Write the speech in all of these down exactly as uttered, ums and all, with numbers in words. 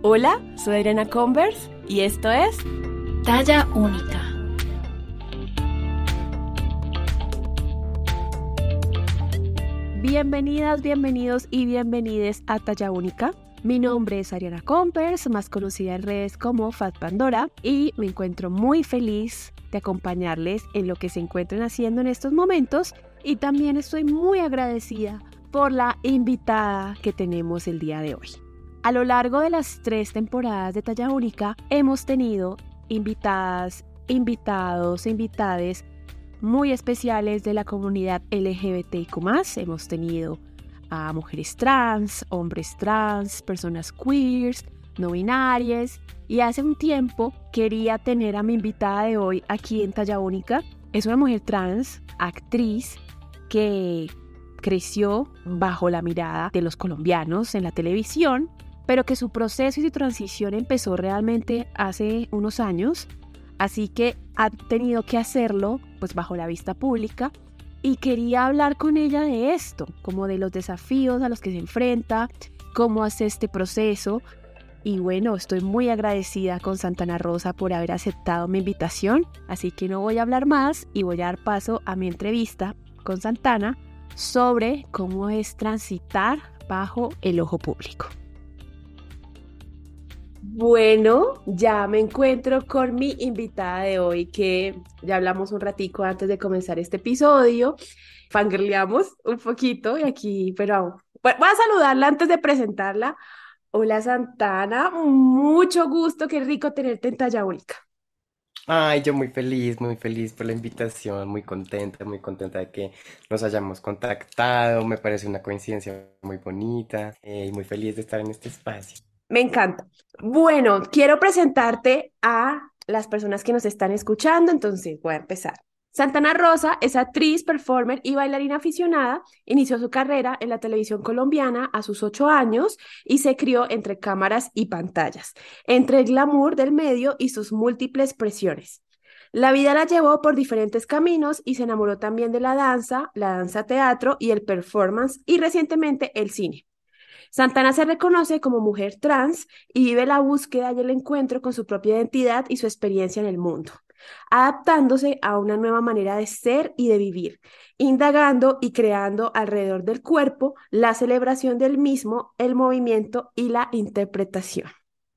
Hola, soy Adriana Converse y esto es Talla Única. Bienvenidas, bienvenidos y bienvenides a Talla Única. Mi nombre es Ariana Converse, más conocida en redes como Fat Pandora, y me encuentro muy feliz de acompañarles en lo que se encuentren haciendo en estos momentos, y también estoy muy agradecida por la invitada que tenemos el día de hoy. A lo largo de las tres temporadas de Talla Única hemos tenido invitadas, invitados e invitades muy especiales de la comunidad L G B T Q más. Hemos tenido a mujeres trans, hombres trans, personas queers, no binarias, y hace un tiempo quería tener a mi invitada de hoy aquí en Talla Única. Es una mujer trans, actriz, que creció bajo la mirada de los colombianos en la televisión, pero que su proceso y su transición empezó realmente hace unos años, así que ha tenido que hacerlo pues bajo la vista pública, y quería hablar con ella de esto, como de los desafíos a los que se enfrenta, cómo hace este proceso. Y bueno, estoy muy agradecida con Santana Rosa por haber aceptado mi invitación, así que no voy a hablar más y voy a dar paso a mi entrevista con Santana sobre cómo es transitar bajo el ojo público. Bueno, ya me encuentro con mi invitada de hoy, que ya hablamos un ratico antes de comenzar este episodio, fangirleamos un poquito y aquí, pero bueno, voy a saludarla antes de presentarla. Hola Santana, mucho gusto, qué rico tenerte en Talla Única. Ay, yo muy feliz, muy feliz por la invitación, muy contenta, muy contenta de que nos hayamos contactado, me parece una coincidencia muy bonita eh, y muy feliz de estar en este espacio. Me encanta. Bueno, quiero presentarte a las personas que nos están escuchando, entonces voy a empezar. Santana Rosa es actriz, performer y bailarina aficionada. Inició su carrera en la televisión colombiana a sus ocho años y se crió entre cámaras y pantallas, entre el glamour del medio y sus múltiples presiones. La vida la llevó por diferentes caminos y se enamoró también de la danza, la danza teatro y el performance, y recientemente el cine. Santana se reconoce como mujer trans y vive la búsqueda y el encuentro con su propia identidad y su experiencia en el mundo, adaptándose a una nueva manera de ser y de vivir, indagando y creando alrededor del cuerpo la celebración del mismo, el movimiento y la interpretación.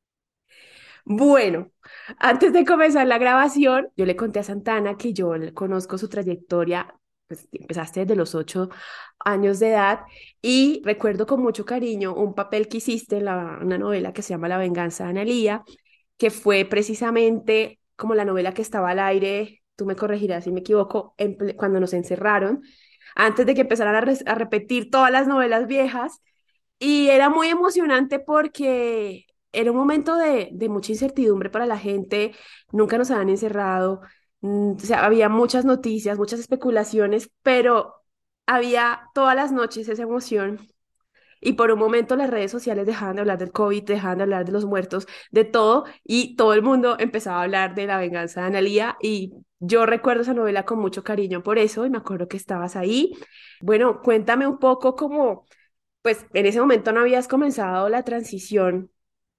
Bueno, antes de comenzar la grabación, yo le conté a Santana que yo conozco su trayectoria, pues empezaste desde los ocho años de edad, y recuerdo con mucho cariño un papel que hiciste en la, una novela que se llama La venganza de Analía, que fue precisamente como la novela que estaba al aire, tú me corregirás si me equivoco, en ple- cuando nos encerraron, antes de que empezaran a, res- a repetir todas las novelas viejas. Y era muy emocionante porque era un momento de, de mucha incertidumbre para la gente, nunca nos habían encerrado, mm, o sea, había muchas noticias, muchas especulaciones, pero había todas las noches esa emoción. Y por un momento las redes sociales dejaban de hablar del COVID, dejaban de hablar de los muertos, de todo, y todo el mundo empezaba a hablar de La venganza de Analía, y yo recuerdo esa novela con mucho cariño por eso, y me acuerdo que estabas ahí. Bueno, cuéntame un poco cómo, pues en ese momento no habías comenzado la transición,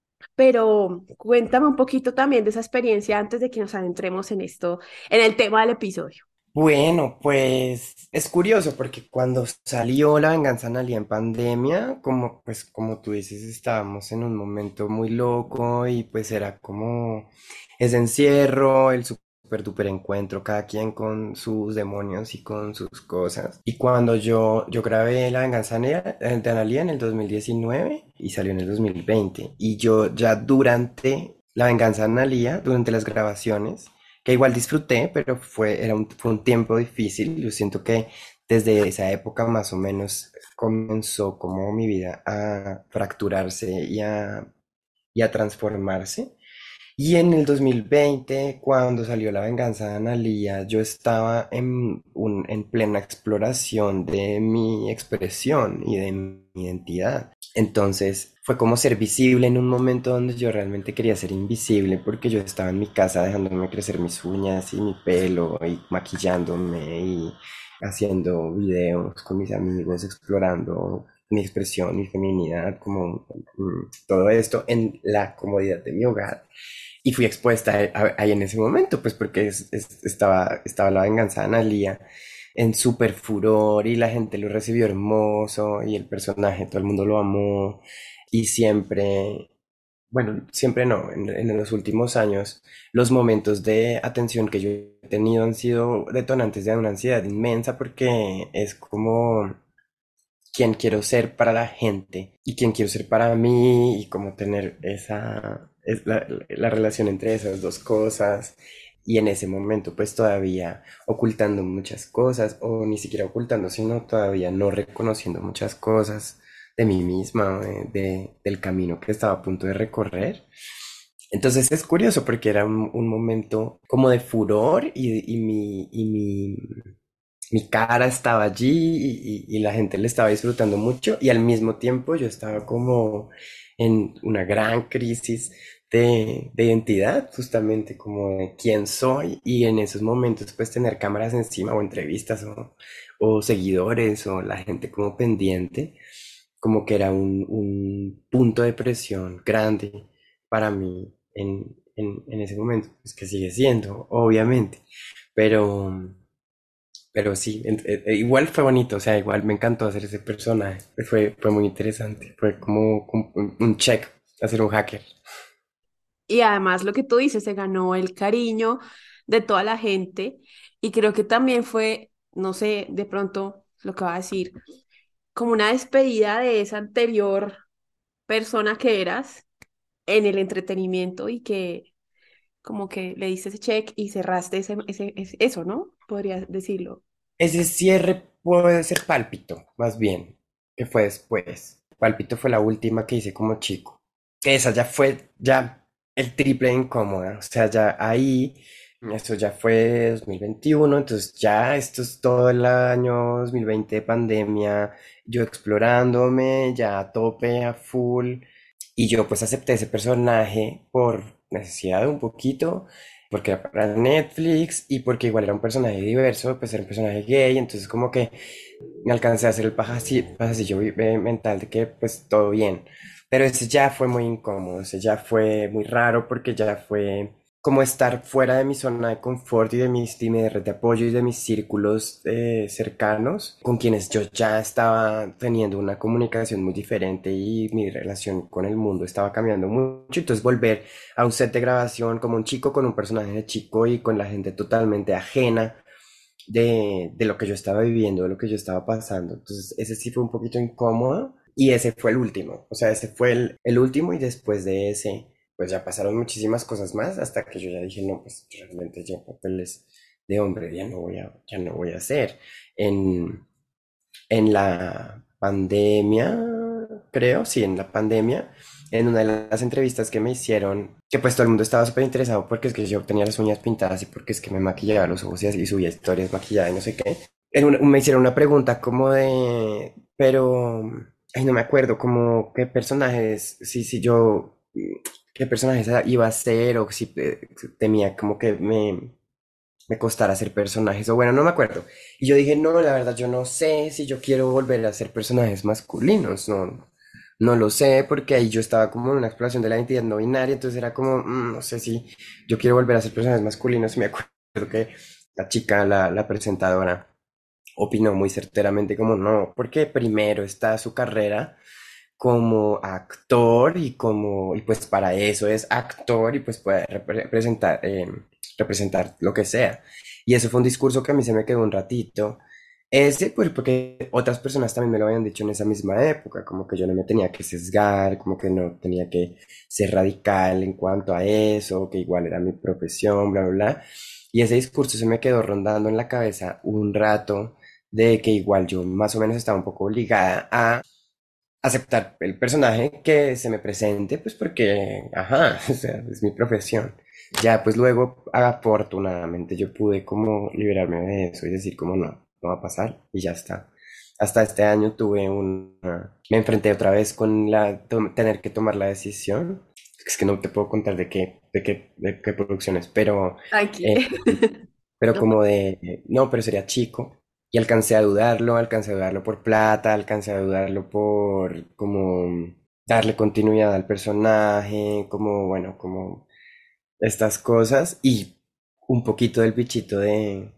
pero cuéntame un poquito también de esa experiencia antes de que nos adentremos en esto, en el tema del episodio. Bueno, pues es curioso porque cuando salió La Venganza Analía en pandemia, como pues como tú dices, estábamos en un momento muy loco y pues era como ese encierro, el super duper encuentro, cada quien con sus demonios y con sus cosas. Y cuando yo, yo grabé La Venganza Analía, eh, de Analía en el dos mil diecinueve y salió en el dos mil veinte. Y yo ya durante La Venganza Analía, durante las grabaciones, que igual disfruté, pero fue, era un, fue un tiempo difícil. Yo siento que desde esa época más o menos comenzó como mi vida a fracturarse y a, y a transformarse. Y en el dos mil veinte, cuando salió La Venganza de Analía, yo estaba en, un, en plena exploración de mi expresión y de mi identidad. Entonces fue como ser visible en un momento donde yo realmente quería ser invisible porque yo estaba en mi casa dejándome crecer mis uñas y mi pelo y maquillándome y haciendo videos con mis amigos, explorando mi expresión, mi feminidad, como mm, todo esto en la comodidad de mi hogar. Y fui expuesta a- a- ahí en ese momento, pues porque es- es- estaba, estaba la venganza de Analía en súper furor y la gente lo recibió hermoso y el personaje, todo el mundo lo amó y siempre, bueno, siempre no, en, en los últimos años, los momentos de atención que yo he tenido han sido detonantes de una ansiedad inmensa porque es como quién quiero ser para la gente y quién quiero ser para mí y cómo tener esa, es la, la relación entre esas dos cosas. Y en ese momento, pues todavía ocultando muchas cosas, o ni siquiera ocultando, sino todavía no reconociendo muchas cosas de mí misma, o de, de- del camino que estaba a punto de recorrer. Entonces es curioso porque era un, un momento como de furor y, y mi, y mi, mi cara estaba allí y, y- y la gente le estaba disfrutando mucho y al mismo tiempo yo estaba como en una gran crisis de, de identidad, justamente como de quién soy y en esos momentos pues tener cámaras encima o entrevistas o, o seguidores o la gente como pendiente, como que era un, un punto de presión grande para mí en, en, en ese momento, pues que sigue siendo, obviamente, pero... Pero sí, ent- eh, eh, igual fue bonito, o sea, igual me encantó hacer ese personaje. Fue, fue muy interesante. Fue como, como un, un check, hacer un hacker. Y además lo que tú dices, se ganó el cariño de toda la gente y creo que también fue, no sé, de pronto lo que va a decir, como una despedida de esa anterior persona que eras en el entretenimiento y que como que le diste ese check y cerraste ese, ese, ese- eso, ¿no? Podrías decirlo. Ese cierre puede ser Pálpito, más bien, que fue después. Pálpito fue la última que hice como chico. Que esa ya fue ya el triple de incómoda. O sea, ya ahí, eso ya fue dos mil veintiuno, entonces ya esto es todo el año dos mil veinte de pandemia, yo explorándome, ya a tope, a full. Y yo pues acepté ese personaje por necesidad un poquito, porque era para Netflix y porque igual era un personaje diverso, pues era un personaje gay, entonces como que me alcancé a hacer el pajaci- pajacillo vi- eh, mental de que pues todo bien. Pero ese ya fue muy incómodo, ese ya fue muy raro porque ya fue como estar fuera de mi zona de confort y de mis, de mi red de apoyo y de mis círculos eh, cercanos, con quienes yo ya estaba teniendo una comunicación muy diferente y mi relación con el mundo estaba cambiando mucho. Entonces volver a un set de grabación como un chico con un personaje de chico y con la gente totalmente ajena de, de lo que yo estaba viviendo, de lo que yo estaba pasando. Entonces ese sí fue un poquito incómodo y ese fue el último. O sea, ese fue el, el último y después de ese, pues ya pasaron muchísimas cosas más hasta que yo ya dije, no, pues realmente yo papeles de hombre ya no voy a, ya no voy a hacer. En, en la pandemia, creo, sí, en la pandemia, en una de las entrevistas que me hicieron, que pues todo el mundo estaba súper interesado porque es que yo tenía las uñas pintadas y porque es que me maquillaba los ojos y así subía historias maquilladas y no sé qué. En una- me hicieron una pregunta como de, pero, ay, no me acuerdo, como qué personajes, sí, sí, yo, qué personajes iba a ser o si eh, temía como que me me costara hacer personajes, o bueno, no me acuerdo. Y yo dije, no, la verdad, yo no sé si yo quiero volver a hacer personajes masculinos, no, no lo sé, porque ahí yo estaba como en una exploración de la identidad no binaria, entonces era como, mm, no sé si yo quiero volver a hacer personajes masculinos. Y me acuerdo que la chica, la, la presentadora, opinó muy certeramente como, no, porque primero está su carrera como actor y como, y pues para eso es actor y pues puede repre- representar, eh, representar lo que sea. Y eso fue un discurso que a mí se me quedó un ratito. Ese, pues porque otras personas también me lo habían dicho en esa misma época, como que yo no me tenía que sesgar, como que no tenía que ser radical en cuanto a eso, que igual era mi profesión, bla, bla, bla. Y ese discurso se me quedó rondando en la cabeza un rato de que igual yo más o menos estaba un poco obligada a aceptar el personaje que se me presente, pues porque, ajá, o sea, es mi profesión. Ya, pues luego, afortunadamente, yo pude como liberarme de eso y decir como no, no va a pasar y ya está. Hasta este año tuve una, me enfrenté otra vez con la, to- tener que tomar la decisión. Es que no te puedo contar de qué, de qué, de qué producciones, pero, Aquí. eh, pero No, como de, no, pero sería chico. Y alcancé a dudarlo, alcancé a dudarlo por plata, alcancé a dudarlo por como darle continuidad al personaje, como bueno, como estas cosas y un poquito del bichito de,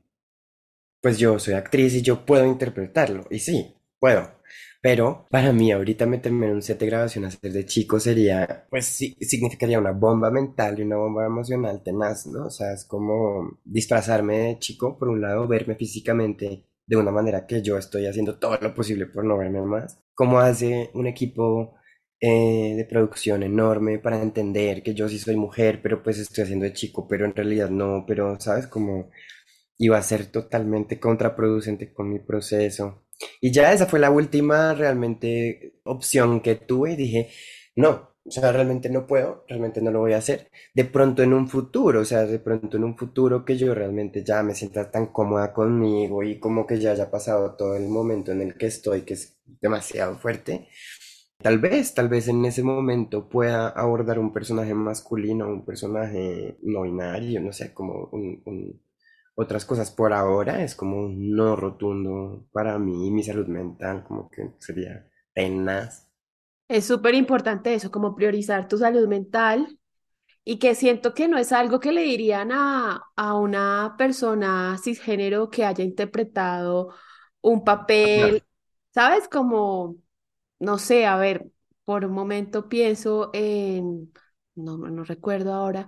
pues yo soy actriz y yo puedo interpretarlo. Y sí, puedo. Pero para mí ahorita meterme en un set de grabación a ser de chico sería, pues sí, significaría una bomba mental y una bomba emocional tenaz, ¿no? O sea, es como disfrazarme de chico, por un lado, verme físicamente de una manera que yo estoy haciendo todo lo posible por no verme más. Como hace un equipo eh, de producción enorme para entender que yo sí soy mujer, pero pues estoy haciendo de chico, pero en realidad no, pero, ¿sabes? Como iba a ser totalmente contraproducente con mi proceso. Y ya esa fue la última realmente opción que tuve y dije, no, o sea, realmente no puedo, realmente no lo voy a hacer. De pronto en un futuro, o sea, de pronto en un futuro que yo realmente ya me sienta tan cómoda conmigo y como que ya haya pasado todo el momento en el que estoy, que es demasiado fuerte. Tal vez, tal vez en ese momento pueda abordar un personaje masculino, un personaje no binario, no sé, como un, un- otras cosas. Por ahora es como un no rotundo para mí y mi salud mental, como que sería tenaz. Es súper importante eso, como priorizar tu salud mental y que siento que no es algo que le dirían a, a una persona cisgénero que haya interpretado un Claro. papel, ¿sabes? Como, no sé, a ver, por un momento pienso en, no, no recuerdo ahora,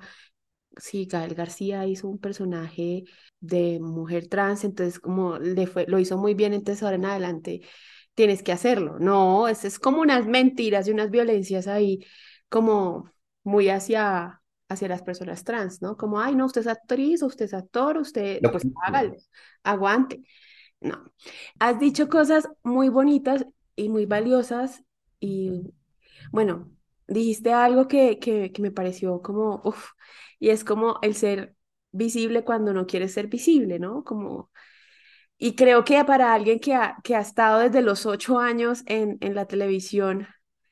si Gael García hizo un personaje de mujer trans, entonces como le fue, lo hizo muy bien, entonces ahora en adelante tienes que hacerlo. No, es, es como unas mentiras y unas violencias ahí, como muy hacia, hacia las personas trans, ¿no? Como, ay, no, usted es actriz, usted es actor, usted, Lo pues mismo. hágalo, aguante. No, has dicho cosas muy bonitas y muy valiosas y bueno, dijiste algo que, que, que me pareció como, uf, y es como el ser visible cuando no quieres ser visible, ¿no? Como, y creo que para alguien que ha, que ha estado desde los ocho años en, en la televisión,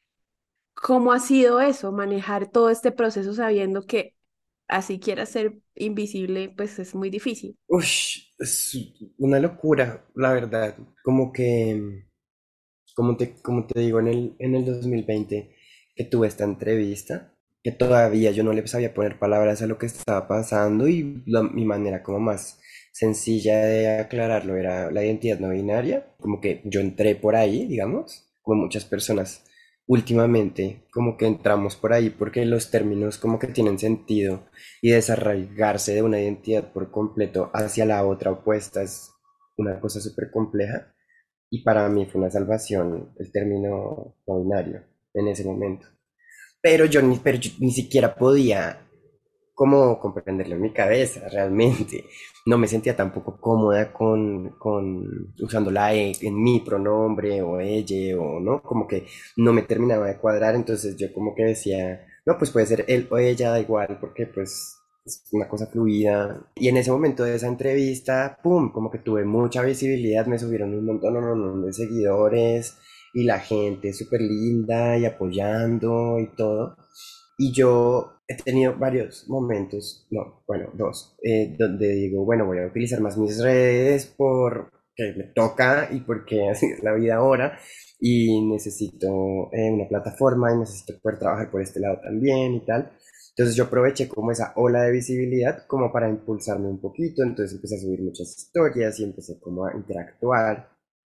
¿cómo ha sido eso? Manejar todo este proceso sabiendo que así quieras ser invisible, pues es muy difícil. Ush, es una locura, la verdad. Como que, como te, como te digo, en el, en el dos mil veinte que tuve esta entrevista, que todavía yo no le sabía poner palabras a lo que estaba pasando y la- mi manera como más sencilla de aclararlo era la identidad no binaria, como que yo entré por ahí, digamos, como muchas personas últimamente, como que entramos por ahí porque los términos como que tienen sentido y desarraigarse de una identidad por completo hacia la otra opuesta es una cosa súper compleja. Y para mí fue una salvación el término no binario en ese momento. Pero yo ni, pero yo ni siquiera podía como comprenderlo en mi cabeza, realmente. No me sentía tampoco cómoda con, con usando la E en mi pronombre o ella o no, como que no me terminaba de cuadrar, entonces yo como que decía, no, pues puede ser él o ella, da igual, porque pues es una cosa fluida. Y en ese momento de esa entrevista, pum, como que tuve mucha visibilidad, me subieron un montón, un montón de seguidores y la gente súper linda y apoyando y todo. Y yo he tenido varios momentos, no, bueno, dos, eh, donde digo, bueno, voy a utilizar más mis redes porque me toca y porque así es la vida ahora y necesito eh, una plataforma y necesito poder trabajar por este lado también y tal. Entonces yo aproveché como esa ola de visibilidad como para impulsarme un poquito, entonces empecé a subir muchas historias y empecé como a interactuar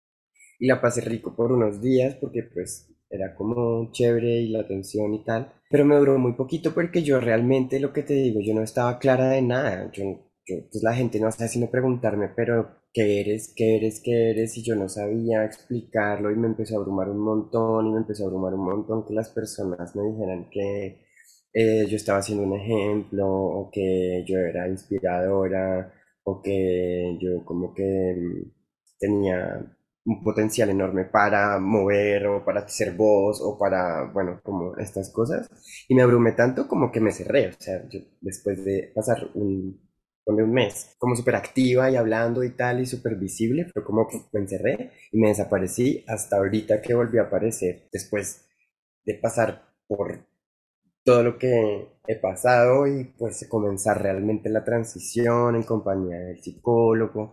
y la pasé rico por unos días porque pues era como chévere y la atención y tal, pero me duró muy poquito porque yo realmente lo que te digo, yo no estaba clara de nada, yo, yo pues la gente no hacía sino preguntarme, pero ¿qué eres? ¿Qué eres? ¿Qué eres? Y yo no sabía explicarlo y me empezó a abrumar un montón y me empezó a abrumar un montón que las personas me dijeran que eh, yo estaba haciendo un ejemplo o que yo era inspiradora o que yo como que mm, tenía un potencial enorme para mover o para ser voz o para, bueno, como estas cosas. Y me abrumé tanto como que me cerré. O sea, yo después de pasar un, ponle un mes como súper activa y hablando y tal y súper visible, fue como que me encerré y me desaparecí hasta ahorita que volví a aparecer después de pasar por todo lo que he pasado y pues comenzar realmente la transición en compañía del psicólogo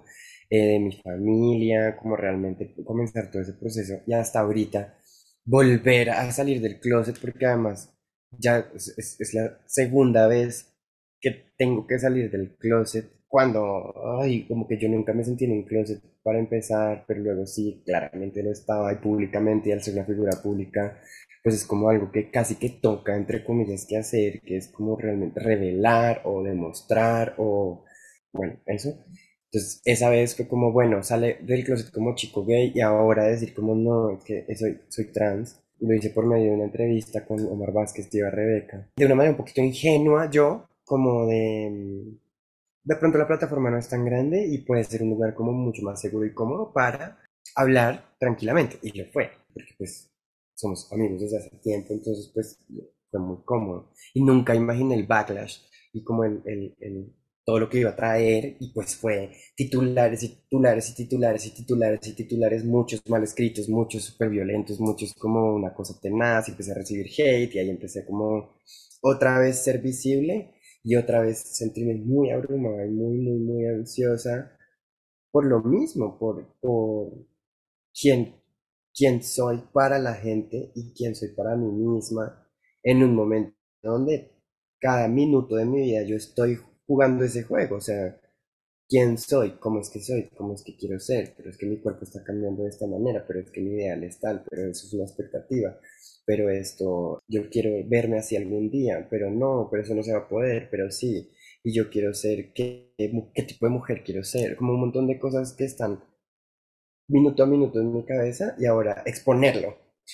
eh, de mi familia, como realmente comenzar todo ese proceso y hasta ahorita volver a salir del closet porque además ya es, es- es la segunda vez que tengo que salir del closet cuando, ay, como que yo nunca me sentí en un closet para empezar, pero luego sí, claramente lo estaba y públicamente y al ser una figura pública, pues es como algo que casi que toca, entre comillas, que hacer, que es como realmente revelar o demostrar o, bueno, eso. Entonces, esa vez fue como, bueno, sale del closet como chico gay y ahora decir como, no, es que soy, soy trans. Lo hice por medio de una entrevista con Omar Vázquez, tío Rebeca. De una manera un poquito ingenua, yo, como de, mm, de pronto la plataforma no es tan grande y puede ser un lugar como mucho más seguro y cómodo para hablar tranquilamente. Y lo fue, porque pues somos amigos desde hace tiempo, entonces pues fue muy cómodo. Y nunca imaginé el backlash y como el, el, el- todo lo que iba a traer y pues fue titulares y titulares y titulares y titulares y titulares, muchos mal escritos, muchos súper violentos, muchos como una cosa tenaz, y empecé a recibir hate y ahí empecé como otra vez ser visible y otra vez sentirme muy abrumada y muy, muy, muy ansiosa por lo mismo, por, por quién, quién soy para la gente y quién soy para mí misma en un momento donde cada minuto de mi vida yo estoy jugando ese juego, o sea, quién soy, cómo es que soy, cómo es que quiero ser, pero es que mi cuerpo está cambiando de esta manera, pero es que mi ideal es tal, pero eso es una expectativa, pero esto, yo quiero verme así algún día, pero no, pero eso no se va a poder, pero sí, y yo quiero ser, ¿qué, qué tipo de mujer quiero ser? Como un montón de cosas que están minuto a minuto en mi cabeza y ahora exponerlo,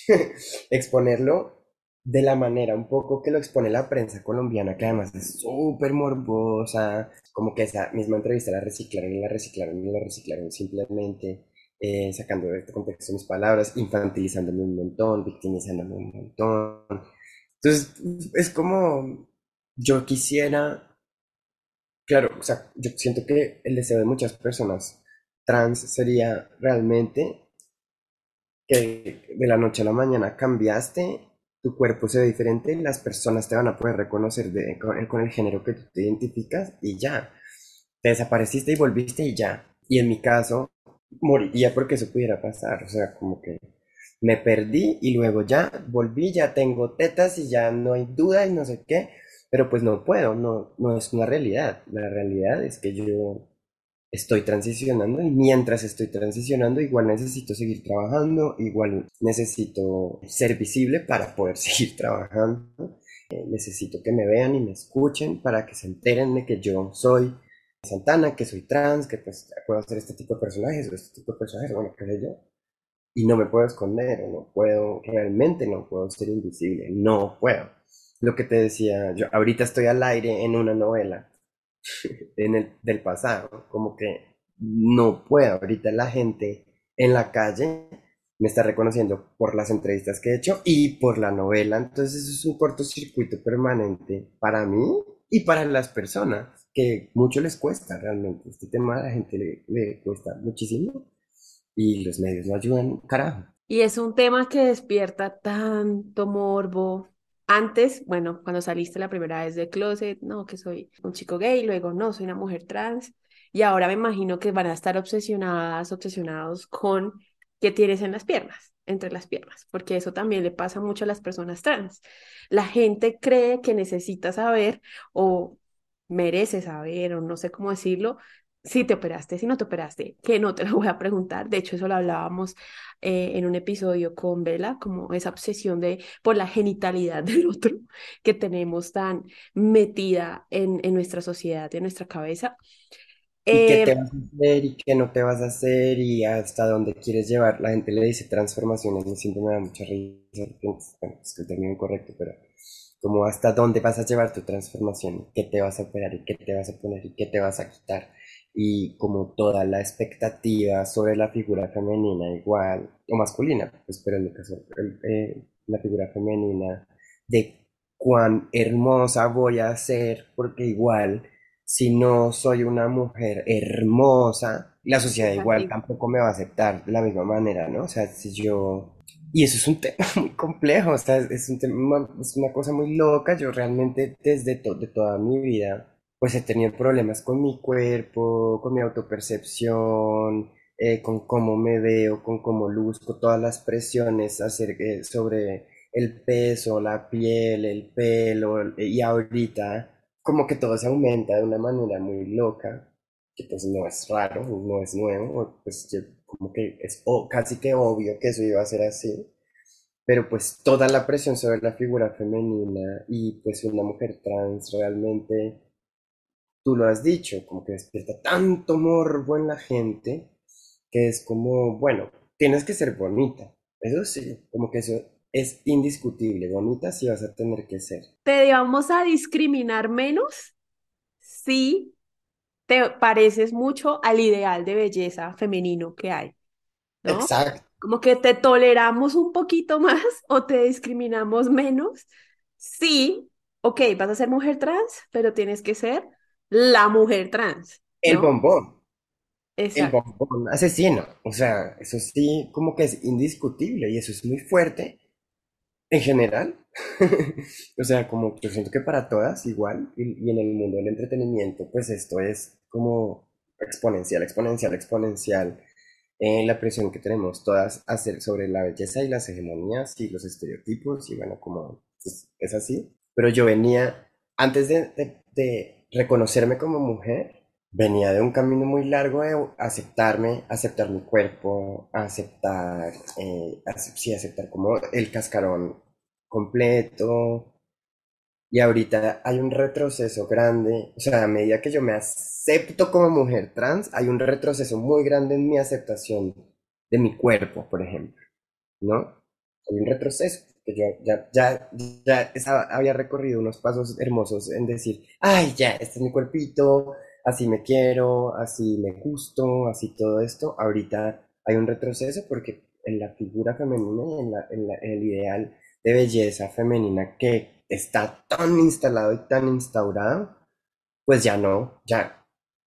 exponerlo de la manera un poco que lo expone la prensa colombiana, que además es súper morbosa, como que esa misma entrevista la reciclaron y la reciclaron y la reciclaron simplemente, eh, sacando de este contexto mis palabras, infantilizándome un montón, victimizándome un montón. Entonces, es como yo quisiera, claro, o sea, yo siento que el deseo de muchas personas trans sería realmente que de la noche a la mañana cambiaste, tu cuerpo se ve diferente, las personas te van a poder reconocer de- con, el, con el género que tú te identificas y ya. Te desapareciste y volviste y ya. Y en mi caso, moriría porque eso pudiera pasar. O sea, como que me perdí y luego ya volví, ya tengo tetas y ya no hay duda y no sé qué. Pero pues no puedo, no, no es una realidad. La realidad es que yo estoy transicionando y mientras estoy transicionando igual necesito seguir trabajando, igual necesito ser visible para poder seguir trabajando, eh, necesito que me vean y me escuchen para que se enteren de que yo soy Santana, que soy trans, que pues puedo hacer este tipo de personajes o este tipo de personajes, bueno, qué sé yo, y no me puedo esconder, o no puedo, realmente no puedo ser invisible, no puedo. Lo que te decía, yo ahorita estoy al aire en una novela en el, del pasado, como que no puedo. Ahorita la gente en la calle me está reconociendo por las entrevistas que he hecho y por la novela, entonces eso es un cortocircuito permanente para mí y para las personas, que mucho les cuesta realmente. Este tema a la gente le, le cuesta muchísimo y los medios no ayudan, carajo. Y es un tema que despierta tanto morbo. Antes, bueno, cuando saliste la primera vez del closet, no, que soy un chico gay, luego no, soy una mujer trans. Y ahora me imagino que van a estar obsesionadas, obsesionados con qué tienes en las piernas, entre las piernas, porque eso también le pasa mucho a las personas trans. La gente cree que necesita saber o merece saber, o no sé cómo decirlo, si te operaste, si no te operaste, que no te lo voy a preguntar. De hecho, eso lo hablábamos eh, en un episodio con Bella, como esa obsesión de por la genitalidad del otro que tenemos tan metida en, en nuestra sociedad y en nuestra cabeza. ¿Y qué te Eh, vas a hacer y qué no te vas a hacer y hasta dónde quieres llevar? La gente le dice transformaciones, y siempre me da mucha risa, porque, bueno, es que el término incorrecto, pero como hasta dónde vas a llevar tu transformación, qué te vas a operar y qué te vas a poner y qué te vas a quitar. Y como toda la expectativa sobre la figura femenina igual, o masculina, pues, pero en mi caso, el- eh, la figura femenina, de cuán hermosa voy a ser, porque igual si no soy una mujer hermosa, la sociedad igual Negativo. tampoco me va a aceptar de la misma manera, ¿no? O sea, si yo... Y eso es un tema muy complejo, o sea, es, es un tema, es una cosa muy loca. Yo realmente desde to- de toda mi vida, pues he tenido problemas con mi cuerpo, con mi autopercepción, eh, con cómo me veo, con cómo luzco, todas las presiones acer- eh, sobre el peso, la piel, el pelo, eh, y ahorita como que todo se aumenta de una manera muy loca, que pues no es raro, no es nuevo, pues que como que es o- casi que obvio que eso iba a ser así, pero pues toda la presión sobre la figura femenina y pues una mujer trans realmente, tú lo has dicho, como que despierta tanto morbo en la gente que es como, bueno, tienes que ser bonita. Eso sí, como que eso es indiscutible. Bonita sí vas a tener que ser. ¿Te vamos a discriminar menos si te pareces mucho al ideal de belleza femenino que hay, ¿no? Exacto. Como que te toleramos un poquito más o te discriminamos menos. Sí, ok, vas a ser mujer trans, pero tienes que ser la mujer trans, El ¿no? bombón, el Exacto. bombón asesino. O sea, eso sí, como que es indiscutible y eso es muy fuerte en general. O sea, como yo siento que para todas igual y, y en el mundo del entretenimiento, pues esto es como exponencial, exponencial, exponencial. Eh, la presión que tenemos todas hacer sobre la belleza y las hegemonías y los estereotipos, y bueno, como es, es así. Pero yo venía, antes de, de- de reconocerme como mujer, venía de un camino muy largo de aceptarme, aceptar mi cuerpo, aceptar, eh, acep- sí, aceptar como el cascarón completo, y ahorita hay un retroceso grande, o sea, a medida que yo me acepto como mujer trans, hay un retroceso muy grande en mi aceptación de mi cuerpo, por ejemplo, ¿no? Hay un retroceso, que yo ya, ya, ya esa- había recorrido unos pasos hermosos en decir, ay, ya, este es mi cuerpito, así me quiero, así me gusto, así todo esto. Ahorita hay un retroceso porque en la figura femenina y en la, en la- en el ideal de belleza femenina que está tan instalado y tan instaurado, pues ya no, ya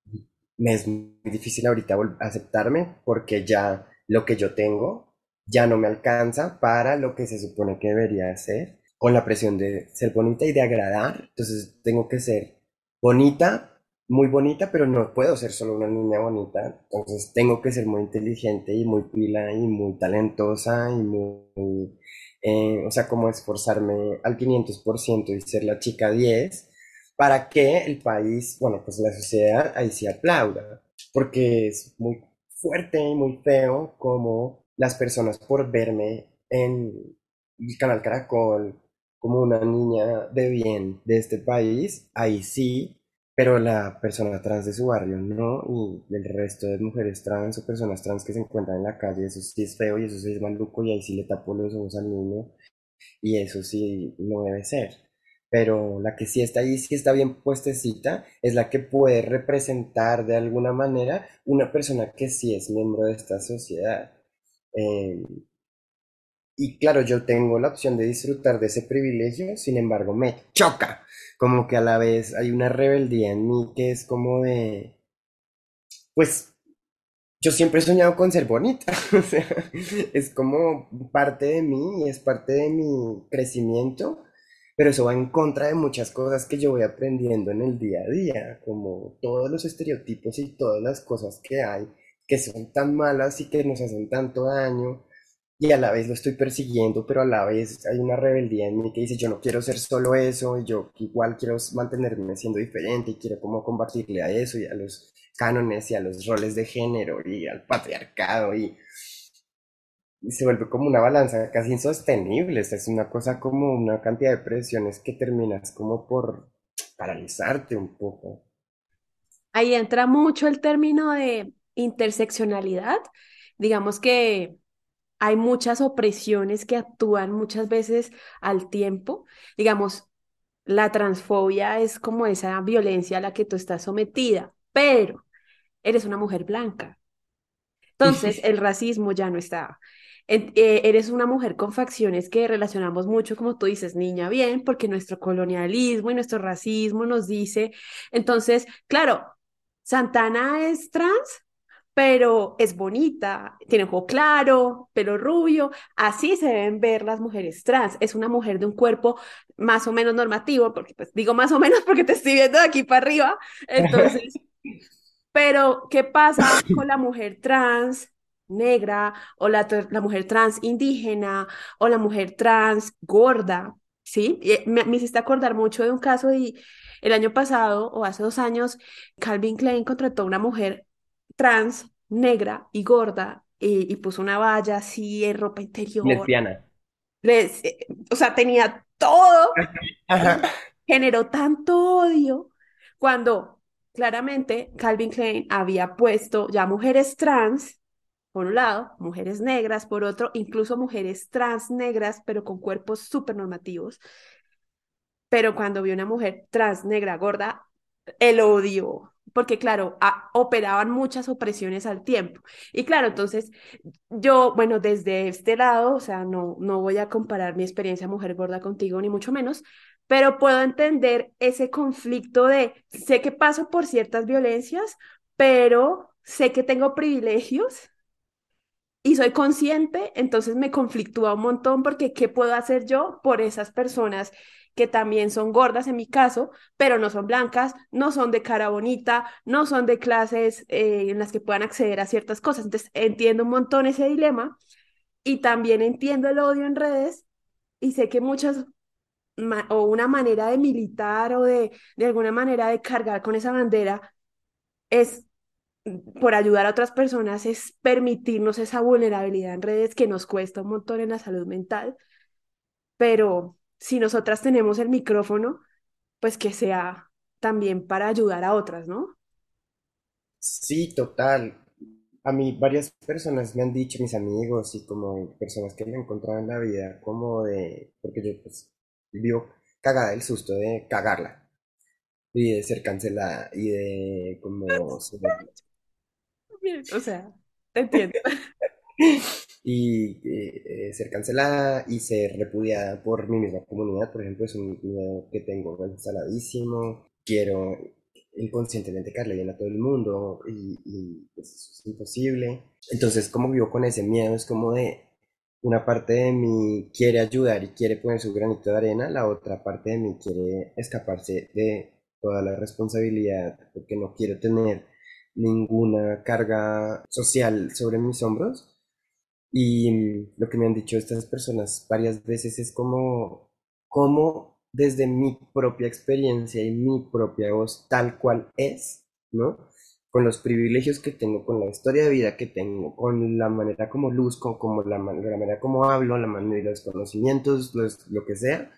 me es muy difícil ahorita vol- aceptarme porque ya lo que yo tengo ya no me alcanza para lo que se supone que debería ser, con la presión de ser bonita y de agradar. Entonces tengo que ser bonita, muy bonita, pero no puedo ser solo una niña bonita. Entonces tengo que ser muy inteligente y muy pila y muy talentosa y muy, eh, o sea, como esforzarme al quinientos por ciento y ser la chica diez para que el país, bueno, pues la sociedad ahí sí aplauda, porque es muy fuerte y muy feo como las personas por verme en el canal Caracol como una niña de bien de este país, ahí sí, pero la persona trans de su barrio no, y el resto de mujeres trans o personas trans que se encuentran en la calle, eso sí es feo y eso sí es maluco y ahí sí le tapo los ojos al niño y eso sí no debe ser. Pero la que sí está ahí, sí está bien puestecita, es la que puede representar de alguna manera una persona que sí es miembro de esta sociedad. Eh, y claro, yo tengo la opción de disfrutar de ese privilegio, sin embargo, me choca. Como que a la vez hay una rebeldía en mí que es como de, pues yo siempre he soñado con ser bonita. O sea, es como parte de mí y es parte de mi crecimiento, pero eso va en contra de muchas cosas que yo voy aprendiendo en el día a día, como todos los estereotipos y todas las cosas que hay que son tan malas y que nos hacen tanto daño. Y a la vez lo estoy persiguiendo, pero a la vez hay una rebeldía en mí que dice, yo no quiero ser solo eso, y yo igual quiero mantenerme siendo diferente y quiero como combatirle a eso y a los cánones y a los roles de género y al patriarcado y, y se vuelve como una balanza casi insostenible. O sea, es una cosa como una cantidad de presiones que terminas como por paralizarte un poco. Ahí entra mucho el término de interseccionalidad. Digamos que hay muchas opresiones que actúan muchas veces al tiempo. Digamos, la transfobia es como esa violencia a la que tú estás sometida, pero eres una mujer blanca. Entonces, el racismo ya no está. En- eh, eres una mujer con facciones que relacionamos mucho, como tú dices, niña, bien, porque nuestro colonialismo y nuestro racismo nos dice. Entonces, claro, Santana es trans, pero es bonita, tiene ojo claro, pelo rubio, así se deben ver las mujeres trans. Es una mujer de un cuerpo más o menos normativo, porque pues digo más o menos porque te estoy viendo de aquí para arriba, entonces, pero ¿qué pasa con la mujer trans negra o la, tr- la mujer trans indígena o la mujer trans gorda? ¿Sí? Y, eh, Me, me hiciste acordar mucho de un caso y el año pasado o hace dos años, Calvin Klein contrató a una mujer trans negra y gorda y, y puso una valla así en ropa interior. Lesbiana. Les, eh, o sea, tenía todo Ajá. y generó tanto odio cuando claramente Calvin Klein había puesto ya mujeres trans, por un lado, mujeres negras, por otro, incluso mujeres trans negras, pero con cuerpos súper normativos. Pero cuando vio una mujer trans negra gorda, el odio, porque claro, a- operaban muchas opresiones al tiempo. Y claro, entonces yo, bueno, desde este lado, o sea, no, no voy a comparar mi experiencia mujer gorda contigo, ni mucho menos, pero puedo entender ese conflicto de, sé que paso por ciertas violencias, pero sé que tengo privilegios y soy consciente, entonces me conflictúa un montón porque ¿qué puedo hacer yo por esas personas que también son gordas en mi caso, pero no son blancas, no son de cara bonita, no son de clases eh, en las que puedan acceder a ciertas cosas? Entonces entiendo un montón ese dilema y también entiendo el odio en redes y sé que muchas ma- o una manera de militar o de, de alguna manera de cargar con esa bandera es por ayudar a otras personas, es permitirnos esa vulnerabilidad en redes que nos cuesta un montón en la salud mental, pero si nosotras tenemos el micrófono, pues que sea también para ayudar a otras, ¿no? Sí, total. A mí varias personas me han dicho, mis amigos y como personas que me he encontrado en la vida, como de, porque yo pues vivo cagada del susto de cagarla y de ser cancelada y de como ser Bien, o sea, te entiendo. y eh, eh, ser cancelada y ser repudiada por mi misma comunidad, por ejemplo, es un miedo que tengo instaladísimo. Quiero inconscientemente caerle bien a todo el mundo y, y, pues, eso es imposible. Entonces, como vivo con ese miedo, es como de una parte de mí quiere ayudar y quiere poner su granito de arena, la otra parte de mí quiere escaparse de toda la responsabilidad porque no quiero tener ninguna carga social sobre mis hombros. Y mm, lo que me han dicho estas personas varias veces es como, como desde mi propia experiencia y mi propia voz tal cual es, ¿no? Con los privilegios que tengo, con la historia de vida que tengo, con la manera como luzco, como la, man- la manera como hablo, la manera, los conocimientos, los- lo que sea,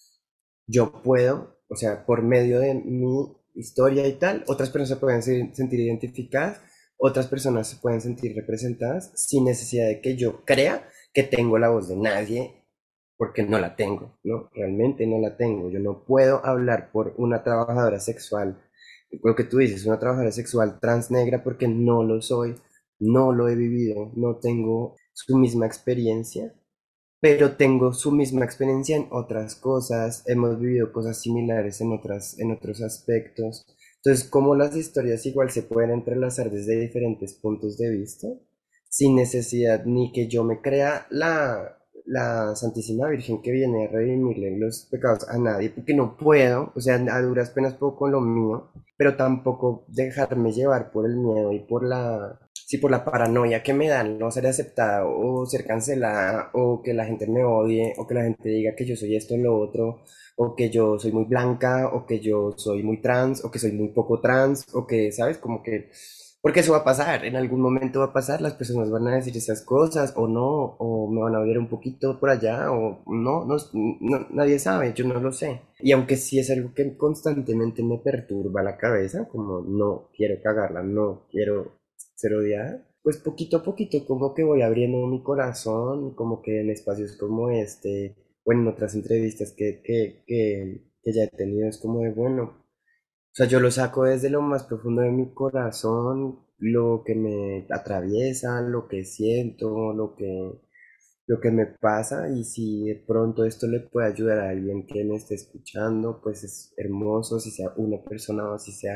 yo puedo, o sea, por medio de mi historia y tal, otras personas se pueden se- sentir identificadas, otras personas se pueden sentir representadas sin necesidad de que yo crea que tengo la voz de nadie, porque no la tengo, ¿no? Realmente no la tengo. Yo no puedo hablar por una trabajadora sexual, lo que tú dices, una trabajadora sexual trans negra, porque no lo soy, no lo he vivido, no tengo su misma experiencia, pero tengo su misma experiencia en otras cosas, hemos vivido cosas similares en otras, en otros aspectos. Entonces, cómo las historias igual se pueden entrelazar desde diferentes puntos de vista, sin necesidad ni que yo me crea la, la Santísima Virgen que viene a redimirle los pecados a nadie, porque no puedo, o sea, a duras penas puedo con lo mío, pero tampoco dejarme llevar por el miedo y por la, sí, por la paranoia que me dan no ser aceptada o ser cancelada o que la gente me odie o que la gente diga que yo soy esto o lo otro o que yo soy muy blanca o que yo soy muy trans o que soy muy poco trans o que, ¿sabes? Como que, porque eso va a pasar, en algún momento va a pasar, las personas van a decir esas cosas o no, o me van a ver un poquito por allá o no, no, no, nadie sabe, yo no lo sé. Y aunque sí es algo que constantemente me perturba la cabeza, como no quiero cagarla, no quiero ser odiada, pues poquito a poquito como que voy abriendo mi corazón, como que en espacios como este, o en otras entrevistas que, que, que, que ya he tenido, es como de, bueno, o sea, yo lo saco desde lo más profundo de mi corazón, lo que me atraviesa, lo que siento, lo que, lo que me pasa, y si de pronto esto le puede ayudar a alguien que me esté escuchando, pues es hermoso, si sea una persona o si sea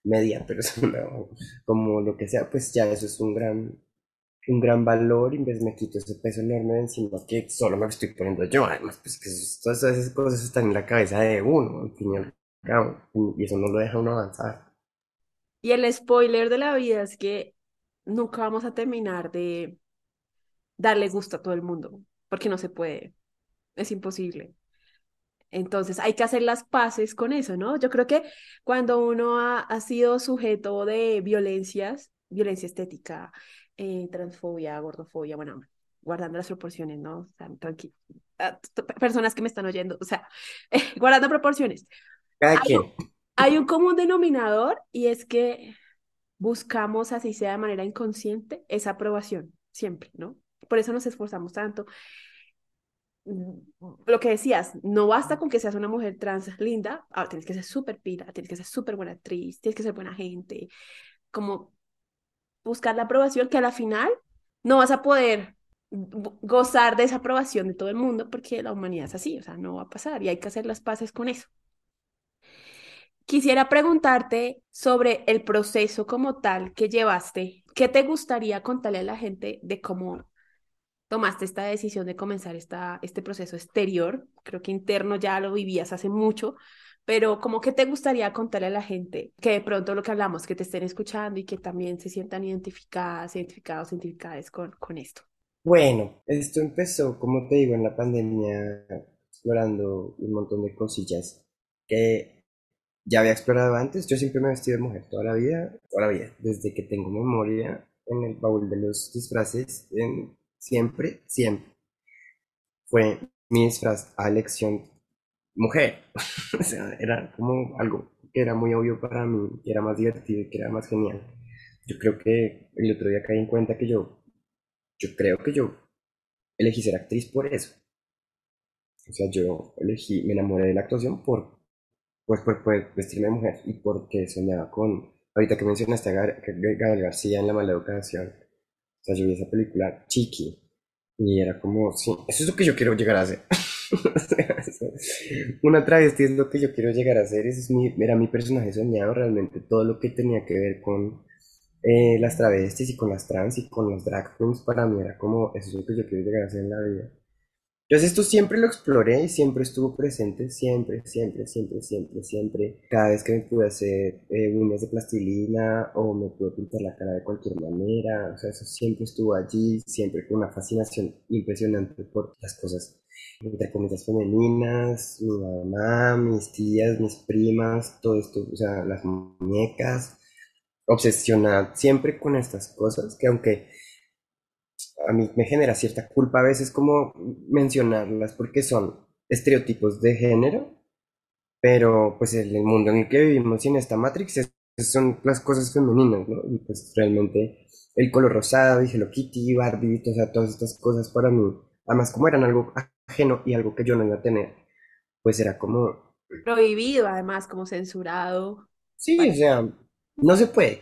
media persona o como lo que sea, pues ya eso es un gran, un gran valor y pues me quito ese peso enorme de encima que solo me lo estoy poniendo yo. Además, pues que eso- todas esas cosas están en la cabeza de uno, al fin y al cabo, y eso no lo deja uno avanzar. Y el spoiler de la vida es que nunca vamos a terminar de darle gusto a todo el mundo, porque no se puede, es imposible. Entonces hay que hacer las paces con eso, ¿no? Yo creo que cuando uno ha, ha sido sujeto de violencias, violencia estética, eh, transfobia, gordofobia, bueno, guardando las proporciones, ¿no? O sea, tranqui- ah, t- t- personas que me están oyendo, o sea, guardando proporciones. Cada Hay un, quien. hay un común denominador y es que buscamos, así sea de manera inconsciente, esa aprobación, siempre, ¿no? Por eso nos esforzamos tanto. Mm, Lo que decías, no basta con que seas una mujer trans linda, ah, tienes que ser súper pila, tienes que ser súper buena actriz, tienes que ser buena gente, como buscar la aprobación que a la final no vas a poder go- gozar de esa aprobación de todo el mundo porque la humanidad es así, o sea, no va a pasar y hay que hacer las paces con eso. Quisiera preguntarte sobre el proceso como tal que llevaste. ¿Qué te gustaría contarle a la gente de cómo tomaste esta decisión de comenzar esta, este proceso exterior? Creo que interno ya lo vivías hace mucho, pero ¿cómo que te gustaría contarle a la gente que de pronto lo que hablamos, que te estén escuchando y que también se sientan identificadas, identificados, identificadas con, con esto? Bueno, esto empezó, como te digo, en la pandemia, explorando un montón de cosillas que ya había explorado antes. Yo siempre me he vestido de mujer toda la vida, toda la vida, desde que tengo memoria en el baúl de los disfraces, en- siempre, siempre fue mi disfraz a elección mujer. O sea, era como algo que era muy obvio para mí, que era más divertido y que era más genial. Yo creo que el otro día caí en cuenta que yo, yo creo que yo elegí ser actriz por eso. O sea, yo elegí, me enamoré de la actuación por, pues, por poder vestirme de mujer y porque soñaba con, ahorita que mencionaste a Gael, Gael García en La Maleducación, o sea, yo vi esa película Chiqui y era como, sí, eso es lo que yo quiero llegar a hacer. O sea, eso- una travesti es lo que yo quiero llegar a hacer, ese es mi, era mi personaje soñado, realmente todo lo que tenía que ver con eh, las travestis y con las trans y con los drag queens para mí era como, eso es lo que yo quiero llegar a hacer en la vida. Entonces esto siempre lo exploré y siempre estuvo presente, siempre, siempre, siempre, siempre, siempre. Cada vez que me pude hacer eh, uñas de plastilina o me pude pintar la cara de cualquier manera, o sea, eso siempre estuvo allí, siempre con una fascinación impresionante por las cosas, entre comillas, femeninas, mi mamá, mis tías, mis primas, todo esto, o sea, las muñecas, obsesionada siempre con estas cosas que aunque a mí me genera cierta culpa a veces como mencionarlas porque son estereotipos de género, pero pues en el mundo en el que vivimos y en esta Matrix es- son las cosas femeninas, ¿no? Y pues realmente el color rosado y Hello Kitty, Barbie, o sea, todas estas cosas para mí, además como eran algo ajeno y algo que yo no iba a tener, pues era como, Prohibido, además, como censurado. sí, o sea, no se puede.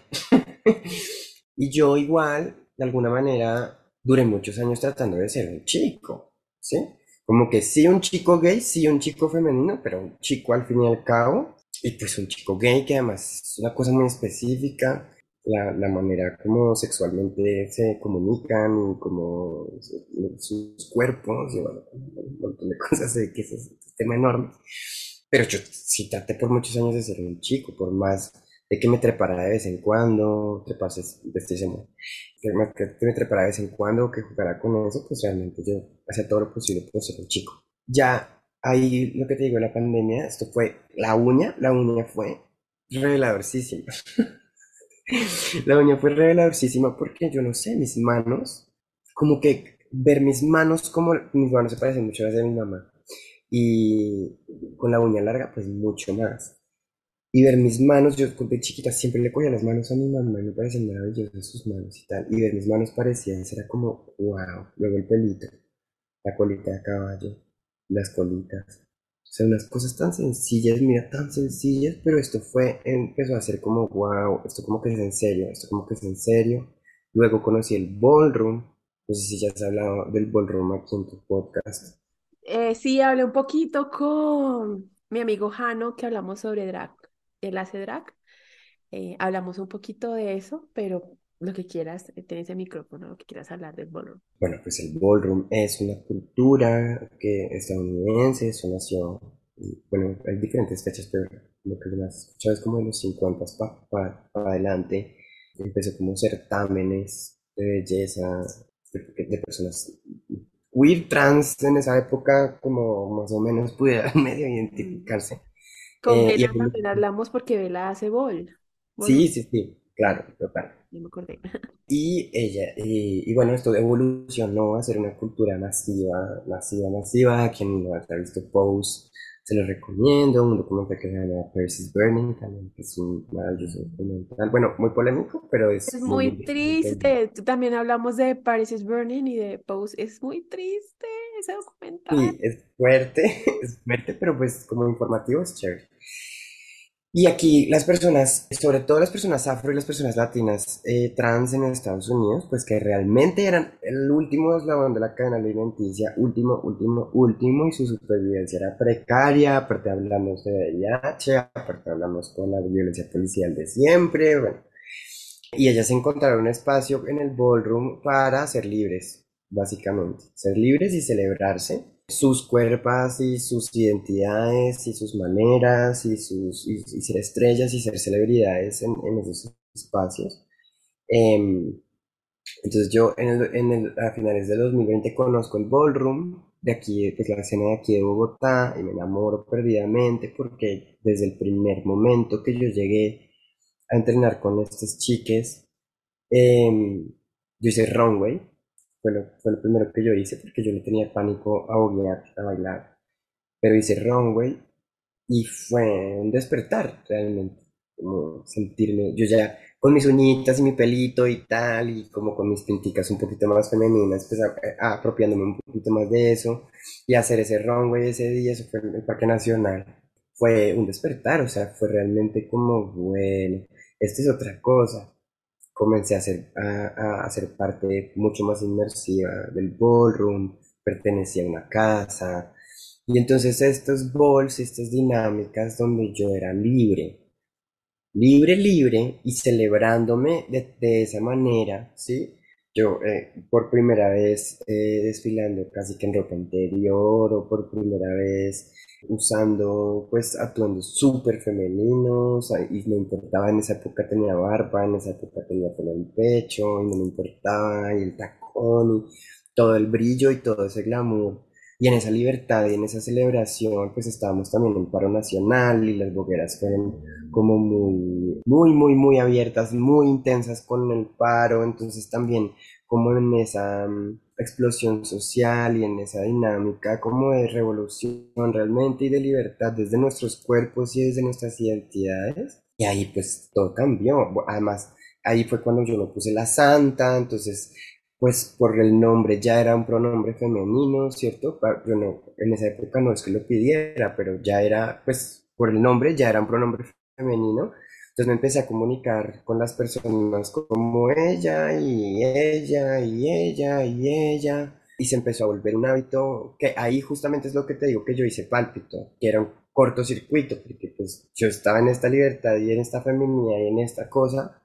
Y yo igual, de alguna manera, duré muchos años tratando de ser un chico, ¿sí? Como que sí un chico gay, sí un chico femenino, pero un chico al fin y al cabo. Y pues un chico gay que además es una cosa muy específica, la, la manera como sexualmente se comunican y como su- sus cuerpos y bueno, un montón de cosas de que ese es un tema enorme. Pero yo sí traté por muchos años de ser un chico, por más de que me trepara de vez en cuando, treparse, vestirse muy, que me, que me trepara de vez en cuando, que jugara con eso, pues realmente yo hacía todo lo posible por ser un chico. Ya ahí lo que te digo, la pandemia, esto fue la uña, la uña fue reveladorísima. La uña fue reveladorísima porque yo no sé, mis manos, como que ver mis manos como mis manos se parecen mucho a las de mi mamá y con la uña larga pues mucho más. Y ver mis manos, yo de chiquita siempre le cogía las manos a mi mamá y me parecían maravillosas sus manos y tal. Y ver mis manos parecían, era como, wow. Luego el pelito, la colita de caballo, las colitas. O sea, unas cosas tan sencillas, mira, tan sencillas, pero esto fue, empezó a ser como, wow, esto como que es en serio, esto como que es en serio. Luego conocí el ballroom, no sé si ya has hablado del ballroom aquí en tu podcast. Eh, sí, hablé un poquito con mi amigo Jano, que hablamos sobre drag. Él hace drag. Eh, hablamos un poquito de eso, pero lo que quieras, eh, tienes el micrófono, lo que quieras hablar del ballroom. Bueno, pues el ballroom es una cultura que estadounidense, eso nació, bueno, hay diferentes fechas, pero lo que más he escuchado es como de los cincuenta para adelante. Empezó como certámenes de belleza de, de personas queer, trans en esa época, como más o menos pudieran medio Mm. identificarse. Con Eh, y Vela también evolucionó. hablamos porque Vela hace ball. Sí, Ballroom, sí, sí, claro, total. ya me acordé. Y ella, y, y bueno, esto evolucionó a ser una cultura masiva, masiva, masiva. Quien no haya visto Pose, se lo recomiendo. Un documental que se llama Paris is Burning, también, que es un maravilloso documental. Bueno, muy polémico, pero Es es muy muy lindo. triste. También hablamos de Paris is Burning y de Pose. Es muy triste ese documental. Sí, es fuerte, es fuerte, pero pues como informativo es chévere. Y aquí las personas, sobre todo las personas afro y las personas latinas eh, trans en Estados Unidos, pues que realmente eran el último eslabón de la cadena alimenticia, último, último, último, y su supervivencia era precaria. Aparte hablamos de V I H, aparte hablamos con la violencia policial de siempre, bueno. Y ellas encontraron un espacio en el ballroom para ser libres, básicamente. Ser libres y celebrarse sus cuerpos y sus identidades y sus maneras y, sus, y, y ser estrellas y ser celebridades en, en esos espacios. Em, entonces yo en el, en el- a finales de dos mil veinte conozco el ballroom de aquí, pues la escena de aquí de Bogotá, y me enamoro perdidamente porque desde el primer momento que yo llegué a entrenar con estos chiques, em, yo hice runway, fue lo, fue lo primero que yo hice porque yo le tenía pánico a boguear, a bailar, pero hice runway y fue un despertar realmente, como sentirme, yo ya con mis uñitas y mi pelito y tal, y como con mis pinticas un poquito más femeninas, pues a- a- apropiándome un poquito más de eso, y hacer ese runway ese día, eso fue en el Parque Nacional, fue un despertar, o sea, fue realmente como, bueno, esto es otra cosa. Comencé a ser, a, a hacer parte mucho más inmersiva del ballroom, pertenecía a una casa, y entonces estos balls, estas dinámicas donde yo era libre, libre, libre y celebrándome de, de esa manera, ¿sí? Yo eh, por primera vez eh, desfilando casi que en ropa interior o por primera vez usando pues atuendos súper femeninos, ah, y no importaba, en esa época tenía barba, en esa época tenía pelo en el pecho y no me importaba, y el tacón y todo el brillo y todo ese glamour. Y en esa libertad y en esa celebración, pues estábamos también en paro nacional y las bogueras fueron como muy, muy, muy, muy abiertas, muy intensas con el paro. Entonces también como en esa mm, explosión social y en esa dinámica como de revolución realmente y de libertad desde nuestros cuerpos y desde nuestras identidades. Y ahí pues todo cambió. Bu- Además, ahí fue cuando yo me puse la santa, entonces pues por el nombre ya era un pronombre femenino, ¿cierto? Pa- Yo no, en esa época no es que lo pidiera, pero ya era, pues por el nombre ya era un pronombre femenino. Entonces me empecé a comunicar con las personas como ella y ella y ella y ella. Y se empezó a volver un hábito que ahí justamente es lo que te digo que yo hice pálpito, que era un cortocircuito, porque pues yo estaba en esta libertad y en esta feminidad y en esta cosa,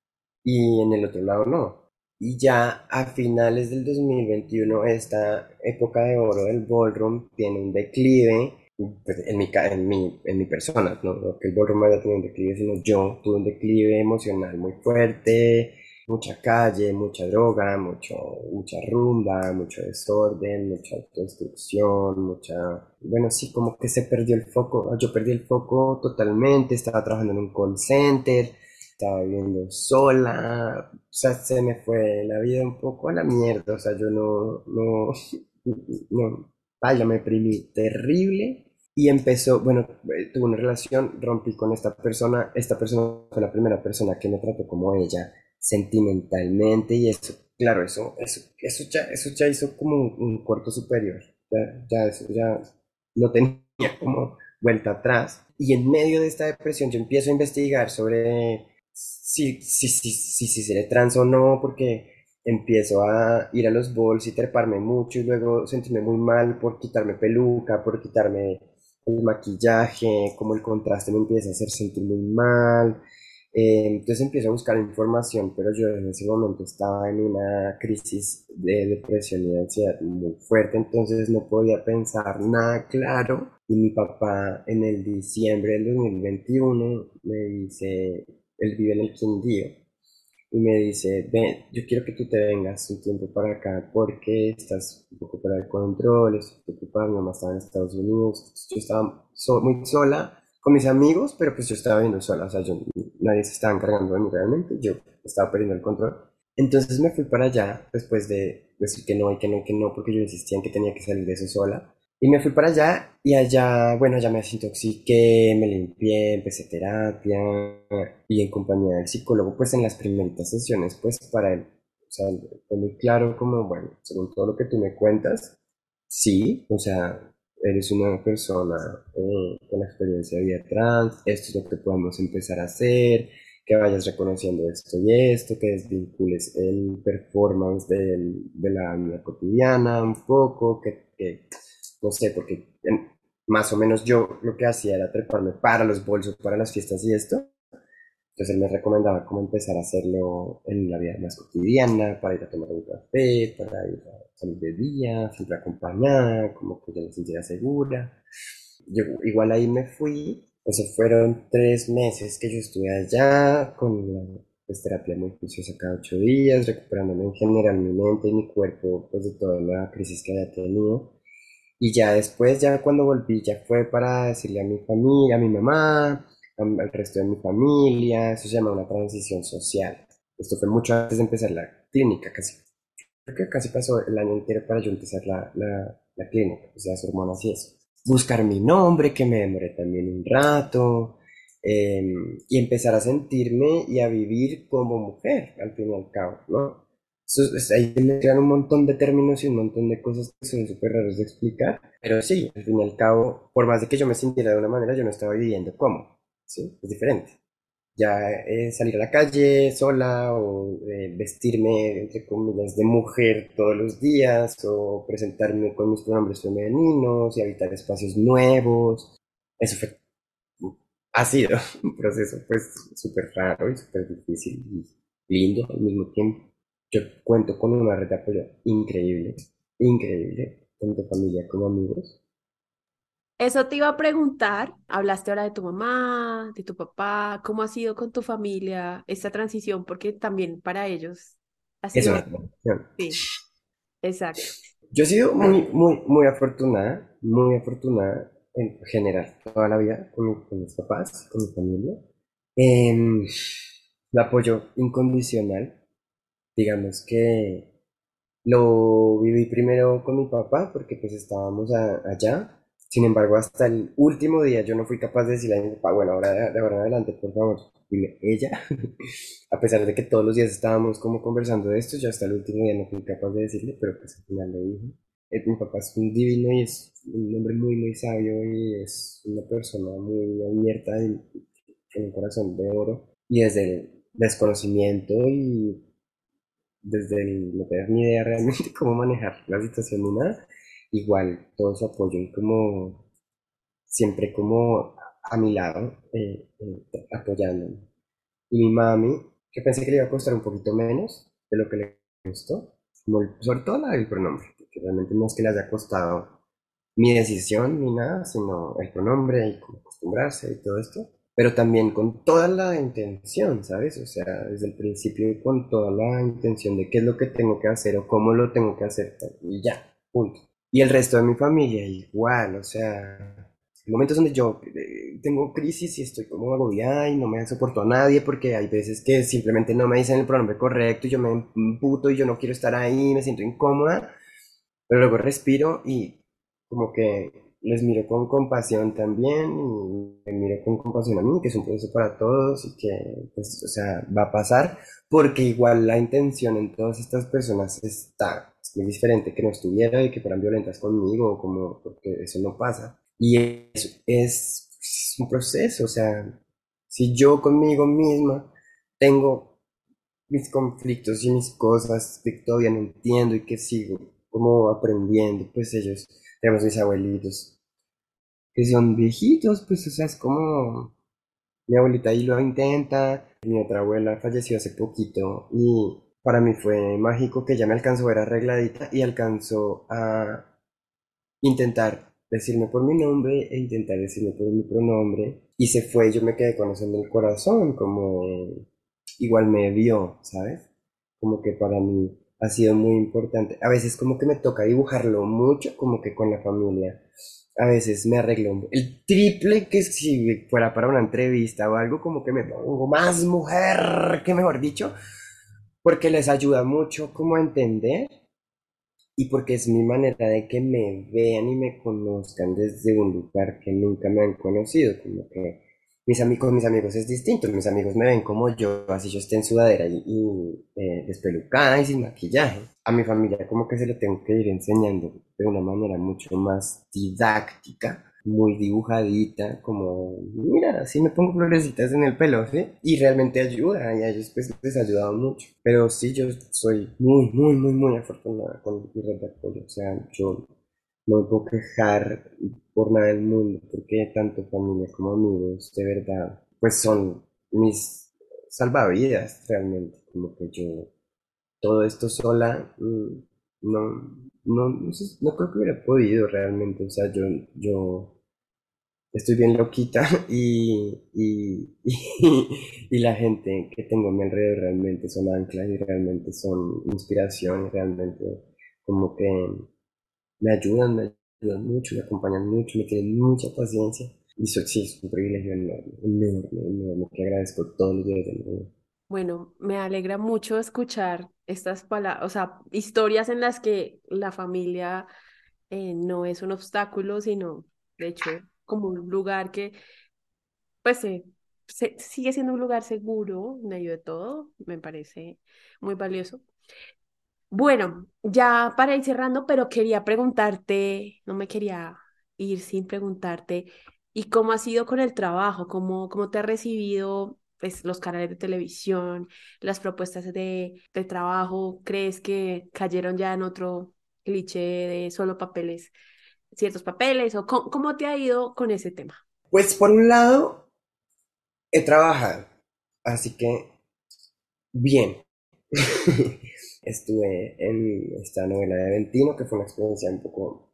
y en el otro lado no. Y ya a finales del dos mil veintiuno, esta época de oro del ballroom tiene un declive, pues, en mi, ca- en mi, en mi persona, no, no que el ballroom haya tenido un declive, sino yo tuve un declive emocional muy fuerte, mucha calle, mucha droga, mucho, mucha rumba, mucho desorden, mucha autodestrucción, mucha... Bueno, sí, como que se perdió el foco, yo perdí el foco totalmente, estaba trabajando en un call center, estaba viviendo sola, o sea, se me fue la vida un poco a la mierda, o sea, yo no, no, no, vaya, me deprimí terrible y empezó, bueno, eh, tuve una relación, rompí con esta persona, esta persona fue la primera persona que me trató como ella, sentimentalmente, y eso, claro, eso, eso, eso ya, eso ya hizo como un, un cuarto superior, ya, ya, eso ya no tenía como vuelta atrás, y en medio de esta depresión yo empiezo a investigar sobre si, si, si, si, si seré trans o no, porque empiezo a ir a los balls y treparme mucho y luego sentirme muy mal por quitarme peluca, por quitarme el maquillaje, como el contraste me empieza a hacer sentir muy mal. Eh, entonces empiezo a buscar información, pero yo en ese momento estaba en una crisis de depresión y de ansiedad muy fuerte, entonces no podía pensar nada claro. Y mi papá en el diciembre del dos mil veintiuno me dice, él vive en el Quindío, y me dice, ven, yo quiero que tú te vengas un tiempo para acá porque estás un poco fuera de control, estoy preocupada, mi mamá estaba en Estados Unidos, yo estaba so- muy sola con mis amigos, pero pues yo estaba viviendo sola, o sea, yo, nadie se estaba encargando de mí realmente, yo estaba perdiendo el control. Entonces me fui para allá después de decir que no y que no y que no, porque yo insistía en que tenía que salir de eso sola. Y me fui para allá y allá, bueno, allá me desintoxiqué, me limpié, empecé terapia y en compañía del psicólogo, pues en las primeritas sesiones, pues para él, o sea, fue muy claro como, bueno, según todo lo que tú me cuentas, sí, o sea, eres una persona eh, con experiencia de vida trans, esto es lo que podemos empezar a hacer, que vayas reconociendo esto y esto, que desvincules el performance del- de la vida cotidiana un poco, que, que no sé, porque en- más o menos yo lo que hacía era treparme para los bolsos, para las fiestas y esto. Entonces él me recomendaba cómo empezar a hacerlo en la vida más cotidiana, para ir a tomar un café, para ir a salir de día, siempre acompañada, como que yo me sintiera segura. Yo igual ahí me fui, eso fueron tres meses que yo estuve allá con la pues, terapia muy juiciosa cada ocho días, recuperándome en general mi mente y mi cuerpo pues de toda la crisis que había tenido. Y ya después, ya cuando volví, ya fue para decirle a mi familia, a mi mamá, am- al resto de mi familia, eso se llama una transición social. Esto fue mucho antes de empezar la clínica, casi, creo que casi pasó el año entero para yo empezar la, la, la clínica, o sea, las hormonas y eso. Buscar mi nombre, que me demoré también un rato, em, y empezar a sentirme y a vivir como mujer, al fin y al cabo, ¿no? Eso es- ahí le crean un montón de términos y un montón de cosas que son súper raros de explicar, pero sí, al fin y al cabo, por más de que yo me sintiera de una manera, yo no estaba viviendo como, ¿sí? Es diferente. Ya eh, salir a la calle sola o eh, vestirme, entre comillas, de mujer todos los días o presentarme con mis pronombres femeninos y habitar espacios nuevos. Eso fue, ha sido un proceso pues súper raro y súper difícil y lindo al mismo tiempo. Yo cuento con una red de apoyo increíble, increíble, tanto familia como amigos. Eso te iba a preguntar, hablaste ahora de tu mamá, de tu papá, ¿cómo ha sido con tu familia esta transición? Porque también para ellos ha Es sido, una transición. sí, exacto. Yo he sido muy, muy, muy afortunada, muy afortunada en general toda la vida con, mi- con mis papás, con mi familia. Em, el apoyo incondicional, digamos que lo viví primero con mi papá porque pues estábamos a- allá. Sin embargo, hasta el último día yo no fui capaz de decirle a mi papá, bueno, ahora de, de ahora en adelante, por favor, dile ella. A pesar de que todos los días estábamos como conversando de esto, yo hasta el último día no fui capaz de decirle, pero pues al final le dije. Eh, mi papá es un divino y es un hombre muy, muy sabio y es una persona muy abierta y con un corazón de oro. Y desde el desconocimiento y desde el no tener ni idea realmente cómo manejar la situación ni nada, igual todo su apoyo y como siempre como a mi lado, eh, eh, apoyándome. Y mi mami, que pensé que le iba a costar un poquito menos de lo que le costó, como el- sobre todo la del pronombre, porque realmente no es que le haya costado mi decisión ni nada, sino el pronombre y cómo acostumbrarse y todo esto, pero también con toda la intención, ¿sabes? O sea, desde el principio con toda la intención de qué es lo que tengo que hacer o cómo lo tengo que hacer y ya, punto. Y el resto de mi familia igual, o sea, momentos donde yo eh, tengo crisis y estoy como agobiada y no me soporto a nadie porque hay veces que simplemente no me dicen el pronombre correcto y yo me emputo y yo no quiero estar ahí, me siento incómoda, pero luego respiro y como que les miro con compasión también y me miro con compasión a mí, que es un proceso para todos y que, pues, o sea, va a pasar porque igual la intención en todas estas personas está es muy diferente que no estuviera y que fueran violentas conmigo, como, porque eso no pasa. Y es, es, es un proceso, o sea, si yo conmigo misma tengo mis conflictos y mis cosas que todavía no entiendo y que sigo como aprendiendo, pues ellos, tenemos mis abuelitos, que son viejitos, pues o sea, es como mi abuelita ahí lo intenta, Mi otra abuela falleció hace poquito y para mí fue mágico que ella me alcanzó a ver arregladita y alcanzó a intentar decirme por mi nombre e intentar decirme por mi pronombre y se fue y yo me quedé con eso en el corazón, como igual me vio, ¿sabes? Como que para mí ha sido muy importante. A veces como que me toca dibujarlo mucho, como que con la familia. A veces me arreglo el triple que si fuera para una entrevista o algo, como que me pongo más mujer, que mejor dicho, porque les ayuda mucho como a entender y porque es mi manera de que me vean y me conozcan desde un lugar que nunca me han conocido, como que mis amigos, con mis amigos es distinto, mis amigos me ven como yo, así yo esté en sudadera y, y, eh, despelucada y sin maquillaje. A mi familia como que se lo tengo que ir enseñando de una manera mucho más didáctica, muy dibujadita, como, mira, así me pongo florecitas en el pelo, ¿sí? Y realmente ayuda, y a ellos pues les ha ayudado mucho. Pero sí, yo soy muy, muy, muy, muy afortunada con mi red de apoyo. O sea, yo no me puedo quejar por nada del mundo, porque tanto familia como amigos, de verdad, pues son mis salvavidas realmente. Como que yo, todo esto sola, mm, no, no, no sé, no creo que hubiera podido realmente. O sea, yo, yo estoy bien loquita y, y, y, y la gente que tengo a mi alrededor realmente son anclas y realmente son inspiración y realmente como que me ayudan, me ayudan mucho, me acompañan mucho, me tienen mucha paciencia. Y eso sí es un privilegio enorme, enorme, enorme, que agradezco todos los días de mi vida. Bueno, me alegra mucho escuchar estas palabras, o sea, historias en las que la familia eh, no es un obstáculo, sino, de hecho, como un lugar que, pues, eh, se- sigue siendo un lugar seguro en medio de todo. Me parece muy valioso. Bueno, ya para ir cerrando, pero quería preguntarte, no me quería ir sin preguntarte, ¿y cómo ha sido con el trabajo? ¿Cómo, cómo te ha recibido pues, los canales de televisión, las propuestas de, de trabajo? ¿Crees que cayeron ya en otro cliché de solo papeles, ciertos papeles? ¿O cómo, cómo te ha ido con ese tema? Pues por un lado, he trabajado, así que bien. Estuve en esta novela de Aventino, que fue una experiencia un poco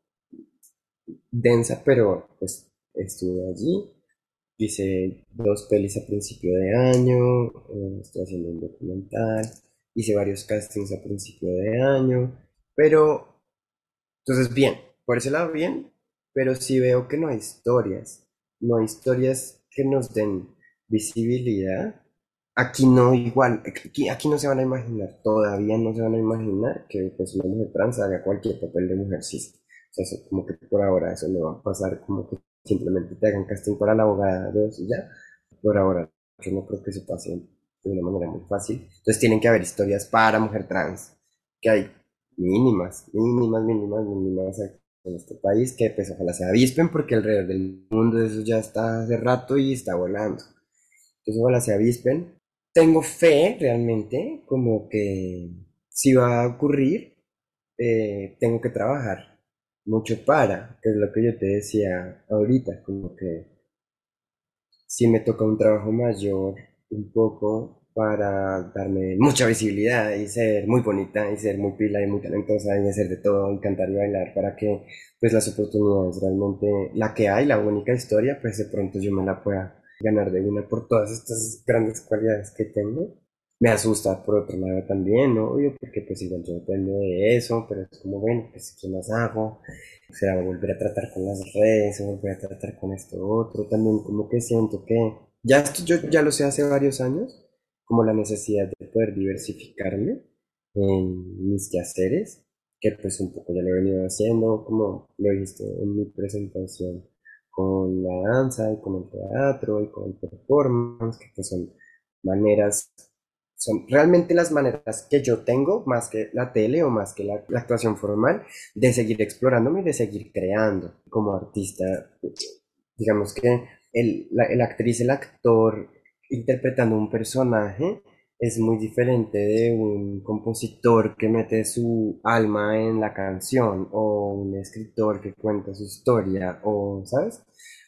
densa, pero pues estuve allí. Hice dos pelis a principio de año, eh, estoy haciendo un documental, hice varios castings a principio de año, pero entonces bien, por ese lado bien, pero sí veo que no hay historias, no hay historias que nos den visibilidad. Aquí no igual, aquí, aquí no se van a imaginar, todavía no se van a imaginar que pues una mujer trans haga cualquier papel de mujer cis. O sea, eso como que por ahora eso no va a pasar, como que simplemente te hagan casting para la abogada dos y ya. Por ahora yo no creo que eso pase de una manera muy fácil. Entonces tienen que haber historias para mujer trans, que hay mínimas, mínimas, mínimas, mínimas en este país, que pues ojalá se avispen porque alrededor del mundo eso ya está hace rato y está volando. Entonces ojalá se avispen. Tengo fe realmente, como que si va a ocurrir, eh, tengo que trabajar mucho para, que es lo que yo te decía ahorita, como que si me toca un trabajo mayor, un poco, para darme mucha visibilidad y ser muy bonita y ser muy pila y muy talentosa y hacer de todo y cantar y bailar para que pues las oportunidades realmente, la que hay, la única historia, pues de pronto yo me la pueda ganar de una por todas estas grandes cualidades que tengo. Me asusta por otro lado también, ¿no? Obvio, porque pues igual yo dependo de eso, pero es como, bueno, pues ¿qué más hago? Será volver a tratar con las redes, o volver a tratar con esto otro, también como que siento que, ya esto yo ya lo sé hace varios años, como la necesidad de poder diversificarme en mis quehaceres, que pues un poco ya lo he venido haciendo, como lo viste en mi presentación con la danza y con el teatro y con el performance, que pues son maneras, son realmente las maneras que yo tengo, más que la tele o más que la, la actuación formal, de seguir explorándome y de seguir creando como artista. Digamos que el, la, el actriz, el actor interpretando un personaje es muy diferente de un compositor que mete su alma en la canción o un escritor que cuenta su historia o, ¿sabes?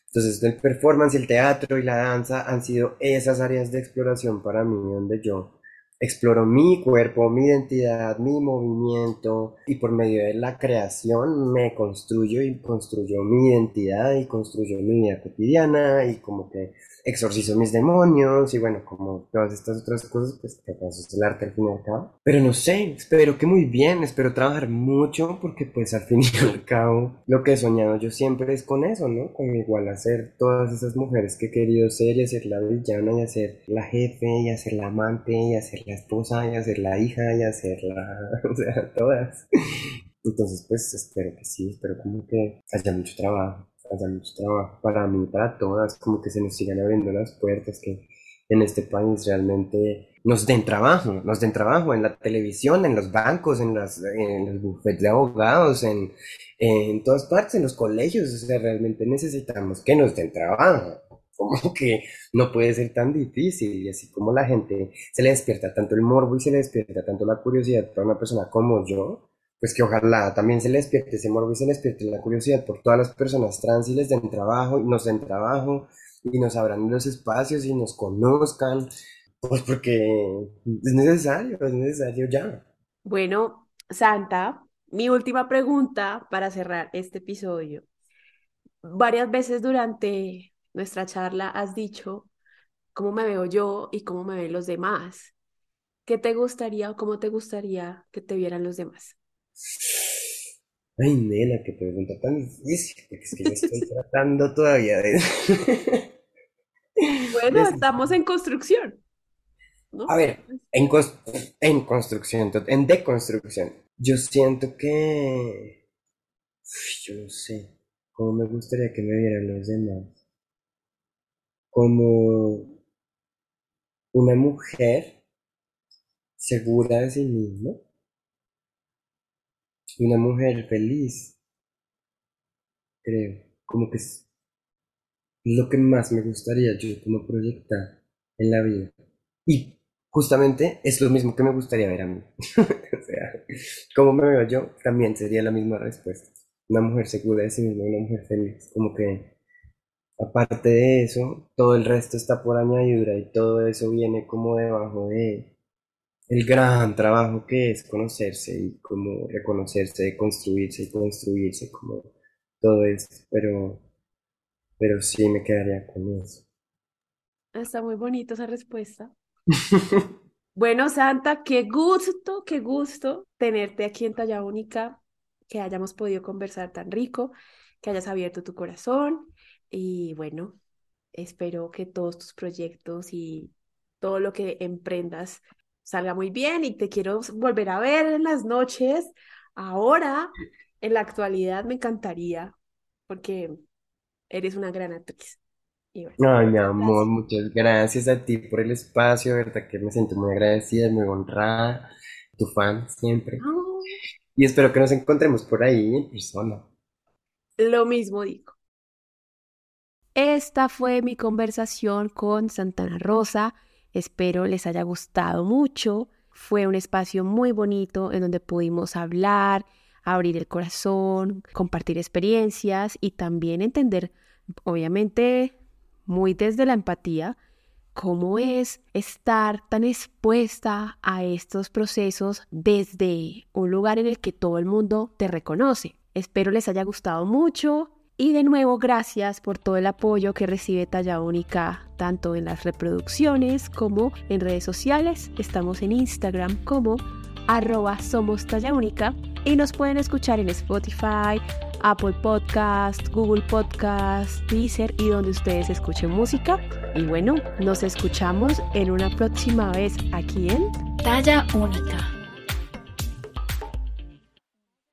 Entonces el performance, el teatro y la danza han sido esas áreas de exploración para mí, donde yo exploro mi cuerpo, mi identidad, mi movimiento y por medio de la creación me construyo y construyo mi identidad y construyo mi vida cotidiana y como que exorcizo mis demonios y bueno, como todas estas otras cosas, pues que acaso es el arte al fin y al cabo. Pero no sé, espero que muy bien, espero trabajar mucho porque pues al fin y al cabo lo que he soñado yo siempre es con eso, ¿no? Con igual hacer todas esas mujeres que he querido ser y hacer la villana y hacer la jefe y hacer la amante y hacer la esposa y hacer la hija y hacer la... o sea, todas. Entonces pues espero que sí, espero como que haya mucho trabajo haya mucho trabajo para mí, para todas, como que se nos sigan abriendo las puertas, que en este país realmente nos den trabajo, nos den trabajo en la televisión, en los bancos, en, las, en los bufetes de abogados, en, en todas partes, en los colegios, o sea, realmente necesitamos que nos den trabajo. Como que no puede ser tan difícil y así como la gente se le despierta tanto el morbo y se le despierta tanto la curiosidad para una persona como yo, pues que ojalá también se les despierte ese morbo y se les despierte la curiosidad por todas las personas trans y les den trabajo y nos den trabajo y nos abran los espacios y nos conozcan, pues porque es necesario, es necesario ya. Bueno, Santa, mi última pregunta para cerrar este episodio. Varias veces durante nuestra charla has dicho cómo me veo yo y cómo me ven los demás. ¿Qué te gustaría o cómo te gustaría que te vieran los demás? Ay, nena, qué pregunta tan difícil, porque es que yo estoy tratando todavía de... Bueno, de- estamos en construcción, A ¿no? ver, en, cons- en construcción, to- en deconstrucción, yo siento que... Uf, yo no sé, cómo me gustaría que me vieran los demás. Como una mujer segura de sí misma, una mujer feliz, creo, como que es lo que más me gustaría yo como proyectar en la vida. Y justamente es lo mismo que me gustaría ver a mí. O sea, como me veo yo, también sería la misma respuesta. Una mujer segura de sí misma, una mujer feliz. Como que, aparte de eso, todo el resto está por añadidura y todo eso viene como debajo de el gran trabajo que es conocerse y como reconocerse, construirse y construirse, como todo esto. Pero, pero sí me quedaría con eso. Está muy bonita esa respuesta. Bueno, Santa, qué gusto, qué gusto tenerte aquí en Talla Única, que hayamos podido conversar tan rico, que hayas abierto tu corazón y bueno, espero que todos tus proyectos y todo lo que emprendas salga muy bien y te quiero volver a ver en las noches. Ahora, en la actualidad, me encantaría porque eres una gran actriz. Y bueno, Ay, mi muchas amor, gracias. muchas gracias a ti por el espacio, de verdad que me siento muy agradecida, muy honrada, tu fan siempre. Ah, Y espero que nos encontremos por ahí en persona. lo mismo digo. Esta fue mi conversación con Santana Rosa. Espero les haya gustado mucho. Fue un espacio muy bonito en donde pudimos hablar, abrir el corazón, compartir experiencias y también entender, obviamente, muy desde la empatía, cómo es estar tan expuesta a estos procesos desde un lugar en el que todo el mundo te reconoce. Espero les haya gustado mucho. Y de nuevo, gracias por todo el apoyo que recibe Talla Única, tanto en las reproducciones como en redes sociales. Estamos en Instagram como arroba somos Talla Única y nos pueden escuchar en Spotify, Apple Podcast, Google Podcast, Deezer y donde ustedes escuchen música. Y bueno, nos escuchamos en una próxima vez aquí en Talla Única.